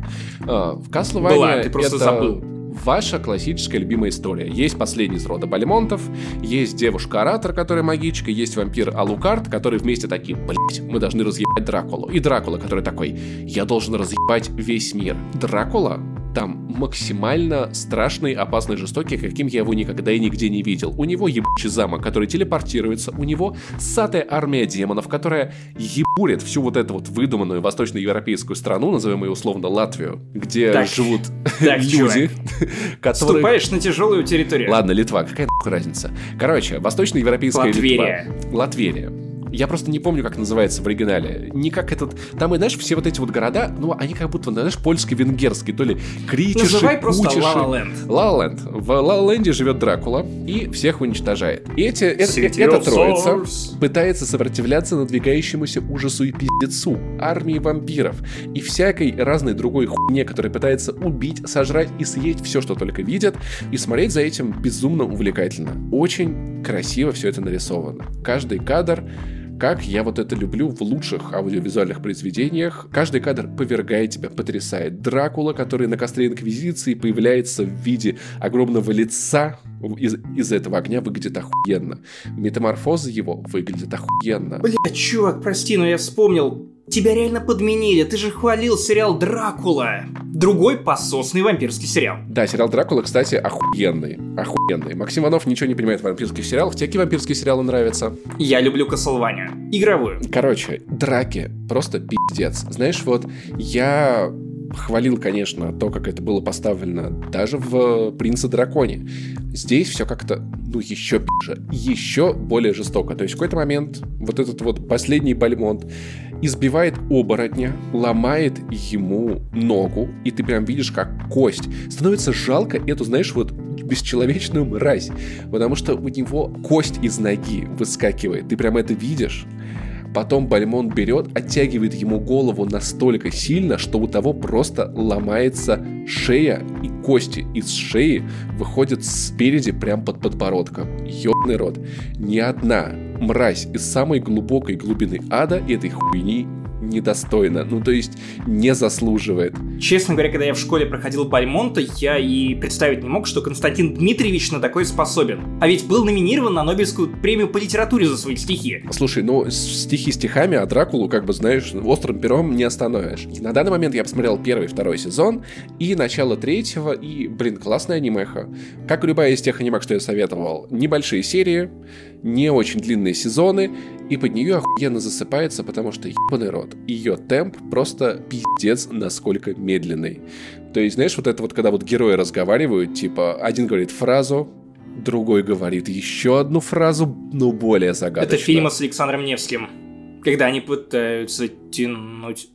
В Castlevania была, ты просто это... забыл. Ваша классическая любимая история. Есть последний из рода Бальмонтов, есть девушка-оратор, которая магичка, есть вампир Алукард, которые вместе такие: блять, мы должны разъебать Дракулу. И Дракула, который такой: я должен разъебать весь мир. Дракула там максимально страшный, опасный, жестокий, каким я его никогда и нигде не видел. У него ебучий замок, который телепортируется, у него ссатая армия демонов, которая ебурит всю вот эту вот выдуманную восточноевропейскую страну, назовем ее условно Латвию, где живут люди, которые... Ступаешь на тяжелую территорию. Ладно, Литва, какая нахуй разница? Короче, восточноевропейская Литва. Латверия. Я просто не помню, как называется в оригинале. Не как этот... Там, и знаешь, все вот эти вот города, ну, они как будто, знаешь, польско-венгерские, то ли кричиши, называй просто кучиши. Ла-Ла-Ленд. Ла-Ла-Ленд. В Ла-Ла-Ленде живет Дракула и всех уничтожает. И эта троица пытается сопротивляться надвигающемуся ужасу и пиздецу, армии вампиров и всякой разной другой хуйне, которая пытается убить, сожрать и съесть все, что только видят, и смотреть за этим безумно увлекательно. Очень красиво все это нарисовано. Каждый кадр, как я вот это люблю в лучших аудиовизуальных произведениях, каждый кадр повергает тебя, потрясает. Дракула, который на костре Инквизиции появляется в виде огромного лица из этого огня, выглядит охуенно. Метаморфоза его выглядит охуенно. Бля, чувак, прости, но я вспомнил. Тебя реально подменили, ты же хвалил сериал «Дракула». Другой пососный вампирский сериал. Да, сериал «Дракула», кстати, охуенный. Охуенный. Максим Иванов ничего не понимает в вампирских сериалах. Тебе какие вампирские сериалы нравятся? Я люблю Castlevania. Игровую. Короче, драки просто пиздец. Знаешь, вот я... хвалил, конечно, то, как это было поставлено даже в «Принце Драконе». Здесь все как-то, ну, еще пиже, еще более жестоко. То есть в какой-то момент вот этот вот последний Бальмонт избивает оборотня, ломает ему ногу, и ты прям видишь, как кость. Становится жалко эту, знаешь, вот бесчеловечную мразь, потому что у него кость из ноги выскакивает. Ты прям это видишь. Потом Бальмонт берет, оттягивает ему голову настолько сильно, что у того просто ломается шея, и кости из шеи выходят спереди прям под подбородком. Ёбаный рот. Ни одна мразь из самой глубокой глубины ада этой хуйни недостойна. Ну, то есть, не заслуживает. Честно говоря, когда я в школе проходил Бальмонта, я и представить не мог, что Константин Дмитриевич на такое способен. А ведь был номинирован на Нобелевскую премию по литературе за свои стихи. Слушай, ну, стихи стихами, а Дракулу, как бы, знаешь, острым пером не остановишь. И на данный момент я посмотрел первый и второй сезон, и начало третьего, и, блин, классная анимеха. Как и любая из тех анимек, что я советовал. Небольшие серии, не очень длинные сезоны, и под нее охуенно засыпается, потому что ебаный рот. Ее темп просто пиздец насколько медленный. То есть, знаешь, вот это вот, когда вот герои разговаривают, типа, один говорит фразу, другой говорит еще одну фразу, но более загадочную. Это фильм с Александром Невским, когда они пытаются тянуть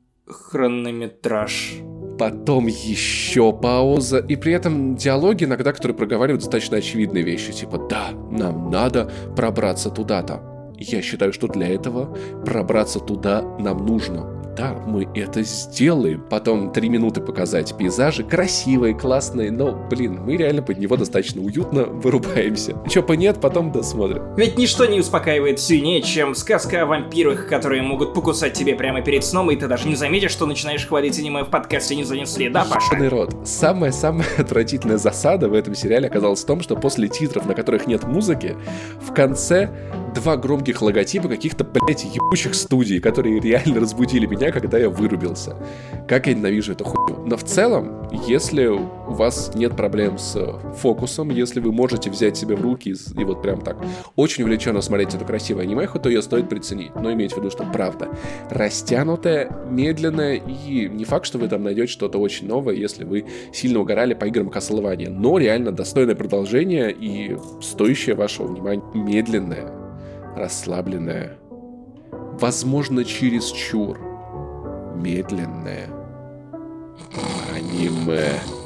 хронометраж. Потом еще пауза, и при этом диалоги иногда, которые проговаривают достаточно очевидные вещи, типа «да, нам надо пробраться туда-то». Я считаю, что для этого пробраться туда нам нужно. Да, мы это сделаем. Потом 3 минуты показать пейзажи, красивые, классные, но, блин, мы реально под него достаточно уютно вырубаемся. Чё по нет, потом досмотрим. Ведь ничто не успокаивает сильнее, чем сказка о вампирах, которые могут покусать тебе прямо перед сном, и ты даже не заметишь, что начинаешь хвалить аниме в подкасте «Не занесли», да, Паша? Ебаный рот. Самая-самая отвратительная засада в этом сериале оказалась в том, что после титров, на которых нет музыки, в конце 2 громких логотипа каких-то, блять, ебучих студий, которые реально разбудили меня, когда я вырубился. Как я ненавижу эту хуйню. Но в целом, если у вас нет проблем с фокусом, если вы можете взять себя в руки и вот прям так очень увлеченно смотреть эту красивую анимеху, то ее стоит приценить. Но имейте в виду, что правда растянутая, медленная, и не факт, что вы там найдете что-то очень новое, если вы сильно угорали по играм Castlevania. Но реально достойное продолжение и стоящее вашего внимания. Медленное, расслабленное, возможно, чересчур медленное аниме.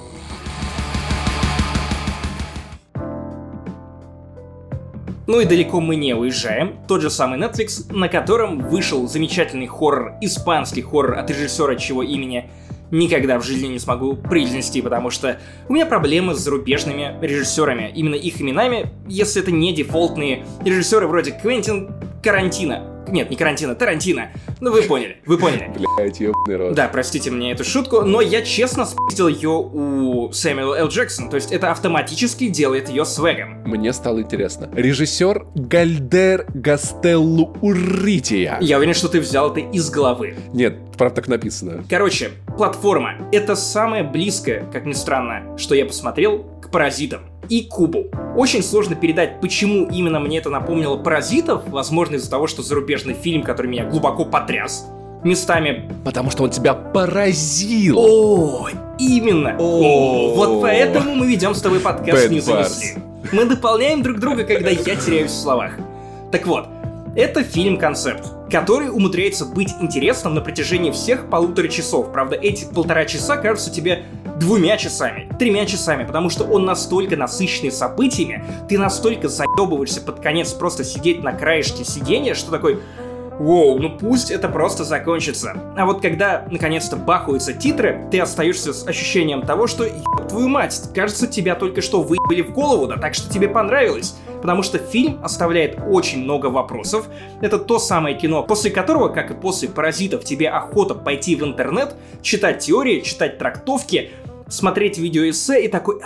Ну и далеко мы не уезжаем. Тот же самый Netflix, на котором вышел замечательный хоррор, испанский хоррор от режиссера чего имени никогда в жизни не смогу произнести, потому что у меня проблемы с зарубежными режиссерами, именно их именами, если это не дефолтные режиссеры вроде Квентин Тарантино. Нет, не Тарантино. Ну, вы поняли. Блять, ёбаный рот. Да, простите мне эту шутку, но я честно спиздил ее у Сэмюэла Л. Джексона, то есть это автоматически делает ее свэгом. Мне стало интересно. Режиссер Гальдер Гастеллу Уррития. Я уверен, что ты взял это из головы. Нет, правда так написано. Короче, платформа — это самое близкое, как ни странно, что я посмотрел к «Паразитам» и Кубу. Очень сложно передать, почему именно мне это напомнило «Паразитов», возможно, из-за того, что зарубежный фильм, который меня глубоко потряс, местами... Потому что он тебя поразил. О, именно. Вот поэтому мы ведем с тобой подкаст «Не занесли». Мы дополняем друг друга, когда я теряюсь в словах. Так вот, это фильм-концепт, который умудряется быть интересным на протяжении всех 1,5 часов. Правда, эти 1,5 часа кажутся тебе 2 часами, 3 часами, потому что он настолько насыщенный событиями, ты настолько заебываешься под конец просто сидеть на краешке сиденья, что такой... Воу, ну пусть это просто закончится. А вот когда наконец-то бахаются титры, ты остаешься с ощущением того, что, еб твою мать, кажется, тебя только что выебали в голову, да так что тебе понравилось. Потому что фильм оставляет очень много вопросов. Это то самое кино, после которого, как и после «Паразитов», тебе охота пойти в интернет, читать теории, читать трактовки, смотреть видеоэссе и такой,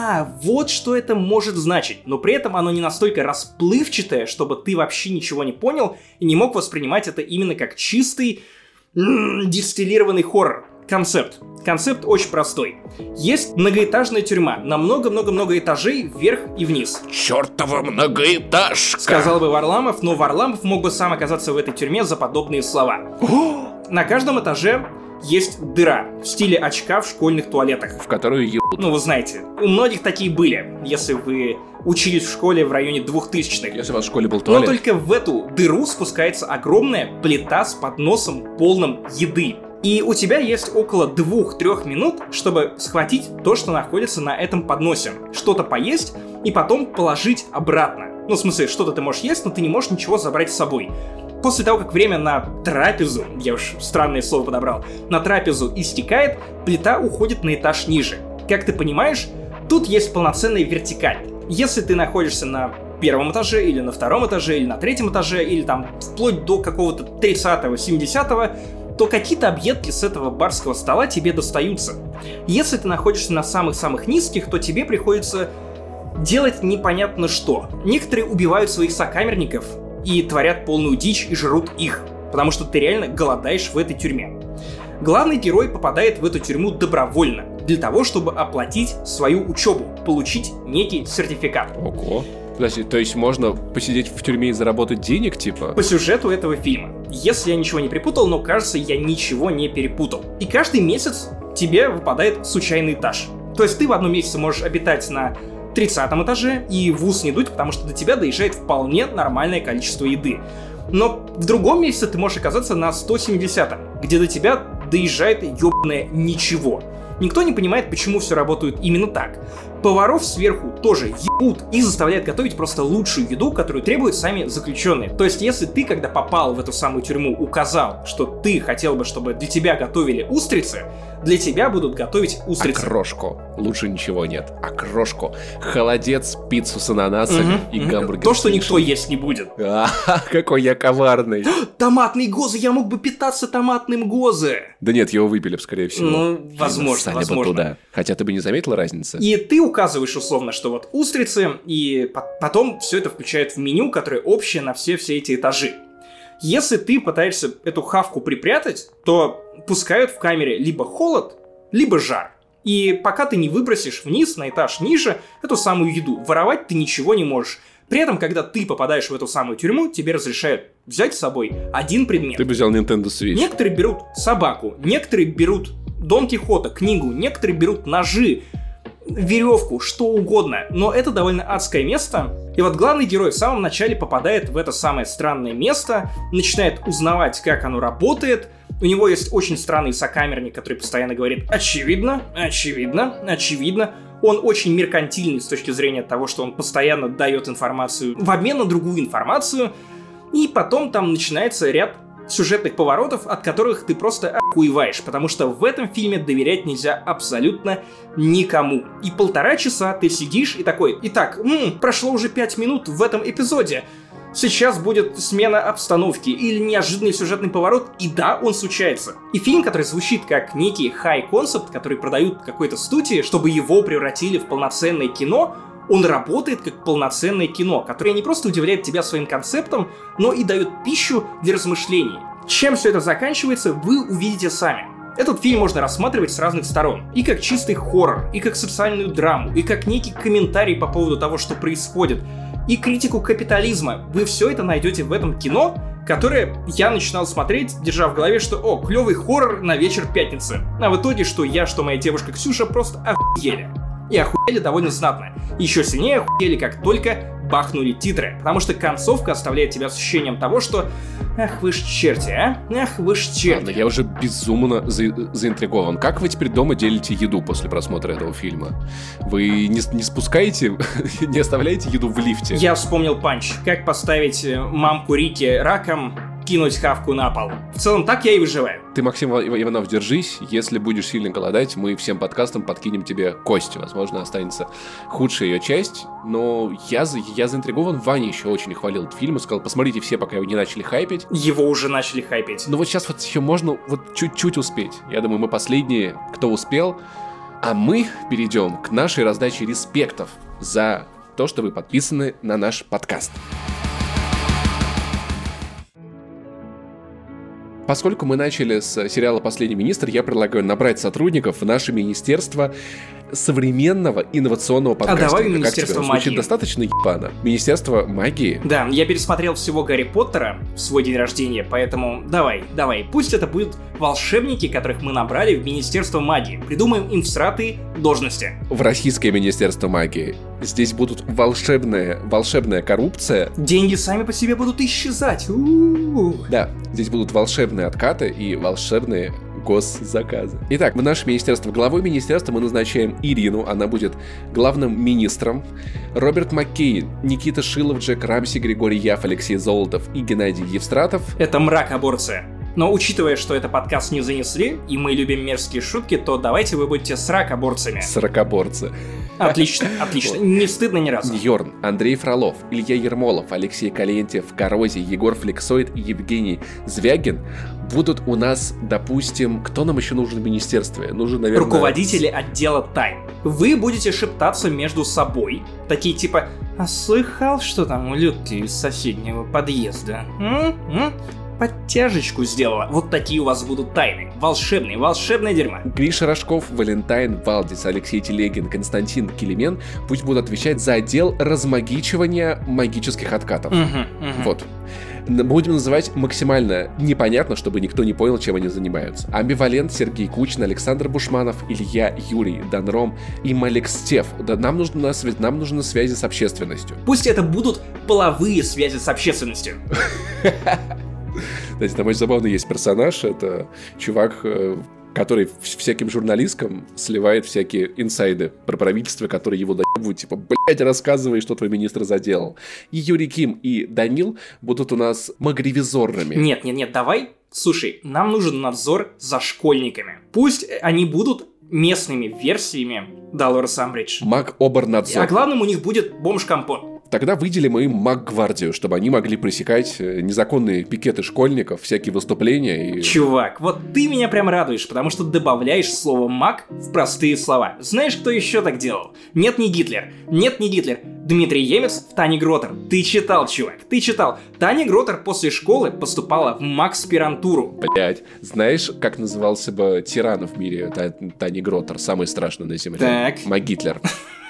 вот что это может значить. Но при этом оно не настолько расплывчатое, чтобы ты вообще ничего не понял и не мог воспринимать это именно как чистый, дистиллированный хоррор. Концепт очень простой. Есть многоэтажная тюрьма на много-много-много этажей вверх и вниз. Чёртова многоэтажка! Сказал бы Варламов, но Варламов мог бы сам оказаться в этой тюрьме за подобные слова. На каждом этаже есть дыра в стиле очка в школьных туалетах. В которую ебут. Ну, вы знаете, у многих такие были, если вы учились в школе в районе 2000-х. Если у вас в школе был туалет. Но только в эту дыру спускается огромная плита с подносом, полным еды. И у тебя есть около 2-3 минут, чтобы схватить то, что находится на этом подносе. Что-то поесть и потом положить обратно. Ну, в смысле, что-то ты можешь есть, но ты не можешь ничего забрать с собой. После того, как время на трапезу, я уж странное слово подобрал, на трапезу истекает, плита уходит на этаж ниже. Как ты понимаешь, тут есть полноценная вертикаль. Если ты находишься на 1 этаже, или на 2 этаже, или на 3 этаже, или там вплоть до какого-то 30-го, 70-го, то какие-то объедки с этого барского стола тебе достаются. Если ты находишься на самых-самых низких, то тебе приходится делать непонятно что. Некоторые убивают своих сокамерников и творят полную дичь и жрут их, потому что ты реально голодаешь в этой тюрьме. Главный герой попадает в эту тюрьму добровольно, для того, чтобы оплатить свою учебу, получить некий сертификат. Ого. Подожди, то есть можно посидеть в тюрьме и заработать денег, типа? По сюжету этого фильма. Если я ничего не перепутал, но кажется, я ничего не перепутал. И каждый месяц тебе выпадает случайный этаж. То есть ты в одном месяце можешь обитать на 30 этаже и в ус не дуть, потому что до тебя доезжает вполне нормальное количество еды. Но в другом месяце ты можешь оказаться на 170-м, где до тебя доезжает ёбаное ничего. Никто не понимает, почему все работает именно так. Поваров сверху тоже ебут и заставляют готовить просто лучшую еду, которую требуют сами заключенные. То есть, если ты, когда попал в эту самую тюрьму, указал, что ты хотел бы, чтобы для тебя готовили устрицы, для тебя будут готовить устрицы. Окрошку. Лучше ничего нет. Окрошку. Холодец, пиццу с ананасами и гамбургер. То, что никто есть не будет. Какой я коварный. Томатный гозы, я мог бы питаться томатным гозы. Да нет, его выпили бы, скорее всего. Ну, возможно. Туда. Хотя ты бы не заметила разницы. И ты указываешь условно, что вот устрицы, и потом все это включает в меню, которое общее на все эти этажи. Если ты пытаешься эту хавку припрятать, то пускают в камере либо холод, либо жар. И пока ты не выбросишь вниз, на этаж ниже, эту самую еду, воровать ты ничего не можешь. При этом, когда ты попадаешь в эту самую тюрьму, тебе разрешают взять с собой один предмет. Ты бы взял Nintendo Switch. Некоторые берут собаку, некоторые берут Дон Кихота, книгу, некоторые берут ножи, веревку, что угодно. Но это довольно адское место. И вот главный герой в самом начале попадает в это самое странное место, начинает узнавать, как оно работает. У него есть очень странный сокамерник, который постоянно говорит «очевидно, очевидно, очевидно». Он очень меркантильный с точки зрения того, что он постоянно дает информацию в обмен на другую информацию. И потом там начинается ряд сюжетных поворотов, от которых ты просто охуеваешь, потому что в этом фильме доверять нельзя абсолютно никому. И 1,5 часа ты сидишь и такой: итак, прошло уже 5 минут в этом эпизоде. Сейчас будет смена обстановки или неожиданный сюжетный поворот, и да, он случается. И фильм, который звучит как некий хай-концепт, который продают какой-то студии, чтобы его превратили в полноценное кино, он работает как полноценное кино, которое не просто удивляет тебя своим концептом, но и дает пищу для размышлений. Чем все это заканчивается, вы увидите сами. Этот фильм можно рассматривать с разных сторон. И как чистый хоррор, и как социальную драму, и как некий комментарий по поводу того, что происходит, и критику капитализма. Вы все это найдете в этом кино, которое я начинал смотреть, держа в голове, что клевый хоррор на вечер пятницы. А в итоге, что я, что моя девушка Ксюша просто охуели. И охуели довольно знатно. Еще сильнее охуели, как только бахнули титры. Потому что концовка оставляет тебя с ощущением того, что ах вы ж черти, а? Ах вы ж черти. Ладно, я уже безумно заинтригован. Как вы теперь дома делите еду после просмотра этого фильма? Вы не спускаете, не оставляете еду в лифте? Я вспомнил панч. Как поставить мамку Рики раком, кинуть хавку на пол. В целом так я и выживаю. Ты, Максим Иванов, держись. Если будешь сильно голодать, мы всем подкастам подкинем тебе кость. Возможно, останется худшая ее часть. Но я заинтригован. Ваня еще очень хвалил этот фильм и сказал: посмотрите все, пока его не начали хайпить. Его уже начали хайпить. Но вот сейчас вот еще можно вот чуть-чуть успеть. Я думаю, мы последние, кто успел. А мы перейдем к нашей раздаче респектов за то, что вы подписаны на наш подкаст. Поскольку мы начали с сериала «Последний министр», я предлагаю набрать сотрудников в наше министерство современного инновационного подкастинга. А давай Министерство магии. Звучит достаточно ебано. Министерство магии? Да, я пересмотрел всего Гарри Поттера в свой день рождения, поэтому давай. Пусть это будут волшебники, которых мы набрали в Министерство магии. Придумаем им всратые должности. В российское Министерство магии. Здесь будут волшебная коррупция. Деньги сами по себе будут исчезать. Да, здесь будут волшебные откаты и волшебные госзаказы. Итак, в наше министерство, главой министерства мы назначаем Ирину, она будет главным министром. Роберт Маккейн, Никита Шилов, Джек Рамси, Григорий Яф, Алексей Золотов и Геннадий Евстратов. Это мракоборцы. Но учитывая, что это подкаст не занесли, и мы любим мерзкие шутки, то давайте вы будете сракоборцами. Сракоборцы. Отлично. Не стыдно ни разу. Йорн, Андрей Фролов, Илья Ермолов, Алексей Калентьев, Коррозий, Егор Флексоид и Евгений Звягин будут у нас, допустим, кто нам еще нужен в министерстве? Нужен, наверное... руководители отдела тайн. Вы будете шептаться между собой, такие типа: а слыхал, что там у Людки из соседнего подъезда? Подтяжечку сделала. Вот такие у вас будут тайны. Волшебное дерьмо. Гриша Рожков, Валентайн Валдис, Алексей Телегин, Константин Килимен пусть будут отвечать за отдел размагичивания магических откатов. Вот. Будем называть максимально непонятно, чтобы никто не понял, чем они занимаются. Амбивалент, Сергей Кучин, Александр Бушманов, Илья Юрий, Данром и Малек Стеф. Да, нам нужны связи с общественностью. Пусть это будут половые связи с общественностью. Знаете, там очень забавный есть персонаж. Это чувак, который всяким журналисткам сливает всякие инсайды про правительство, которые его доебывают, типа: блять, рассказывай, что твой министр заделал. И Юрий Ким, и Данил будут у нас магревизорами. Нет, давай. Слушай, нам нужен надзор за школьниками. Пусть они будут местными версиями Долорес Амбридж. Маг-обернадзор. А главным у них будет бомж-компот. Тогда выделим им маг-гвардию, чтобы они могли пресекать незаконные пикеты школьников, всякие выступления и... Чувак, вот ты меня прям радуешь, потому что добавляешь слово «маг» в простые слова. Знаешь, кто еще так делал? Нет, не Гитлер. Дмитрий Емец в Тане Гротер. Ты читал, чувак, ты читал. Таня Гротер после школы поступала в магспирантуру. Блять, знаешь, как назывался бы тиран в мире Тани Гротер, самый страшный на земле? Так. Маг-Гитлер.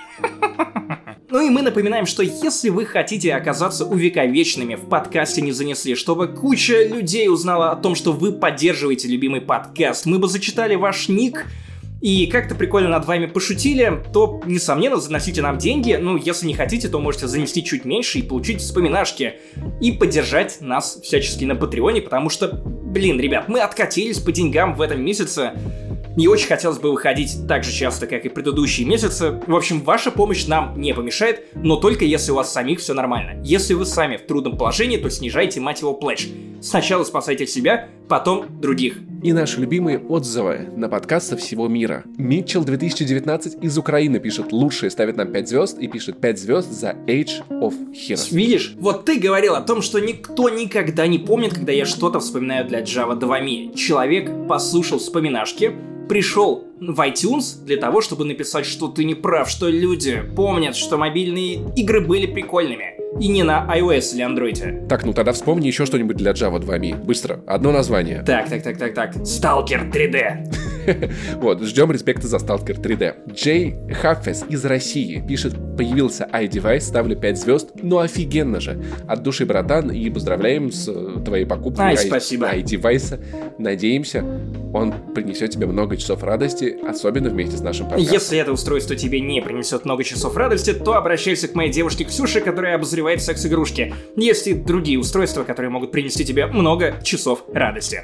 Ну и мы напоминаем, что если вы хотите оказаться увековеченными в подкасте «Не занесли», чтобы куча людей узнала о том, что вы поддерживаете любимый подкаст, мы бы зачитали ваш ник и как-то прикольно над вами пошутили, то, несомненно, заносите нам деньги. Ну, если не хотите, то можете занести чуть меньше и получить вспоминашки. И поддержать нас всячески на Патреоне, потому что, ребят, мы откатились по деньгам в этом месяце. Не очень хотелось бы выходить так же часто, как и предыдущие месяцы. В общем, ваша помощь нам не помешает, но только если у вас самих все нормально. Если вы сами в трудном положении, то снижайте, мать его, пледж. Сначала спасайте себя, потом других. И наши любимые отзывы на подкаст со всего мира. Митчелл 2019 из Украины пишет: лучшие, ставит нам 5 звезд и пишет 5 звезд за Age of Heroes. Видишь, вот ты говорил о том, что никто никогда не помнит, когда я что-то вспоминаю для Java 2Me. Человек послушал вспоминашки, пришел в iTunes для того, чтобы написать, что ты не прав, что люди помнят, что мобильные игры были прикольными. И не на iOS или Android. Так, ну тогда вспомни еще что-нибудь для Java 2Me. Быстро, одно название. Так. Stalker 3D. Вот, ждем респекта за Stalker 3D. Джей Хаффес из России пишет: появился iDevice, ставлю 5 звезд. Ну офигенно же. От души, братан, и поздравляем с твоей покупкой спасибо. iDevice. Надеемся, он принесет тебе много часов радости, особенно вместе с нашим подкастом. Если это устройство тебе не принесет много часов радости, то обращайся к моей девушке Ксюше, которая обозревает секс-игрушки. Есть и другие устройства, которые могут принести тебе много часов радости.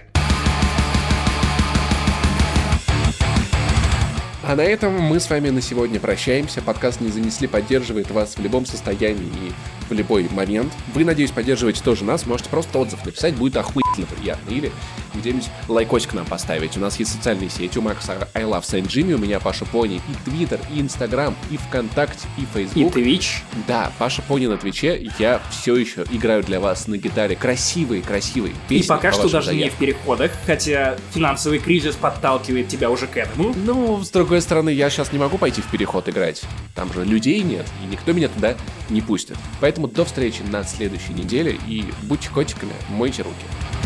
А на этом мы с вами на сегодня прощаемся. Подкаст «Не занесли» поддерживает вас в любом состоянии и в любой момент. Вы, надеюсь, поддерживаете тоже нас. Можете просто отзыв написать, будет охуительно приятно. Или где-нибудь лайкосик нам поставить. У нас есть социальные сети. У Макса I Love Saint Jimmy, у меня Паша Пони, и Твиттер, и Инстаграм, и ВКонтакте, и Фейсбук. И Твич. Да, Паша Пони на Твиче. Я все еще играю для вас на гитаре красивые песни. И пока по что даже заявкам. не в переходах, хотя финансовый кризис подталкивает тебя уже к этому. Ну, с другой стороны, я сейчас не могу пойти в переход играть. Там же людей нет, и никто меня туда не пустит. Поэтому до встречи на следующей неделе, и будьте котиками, мойте руки.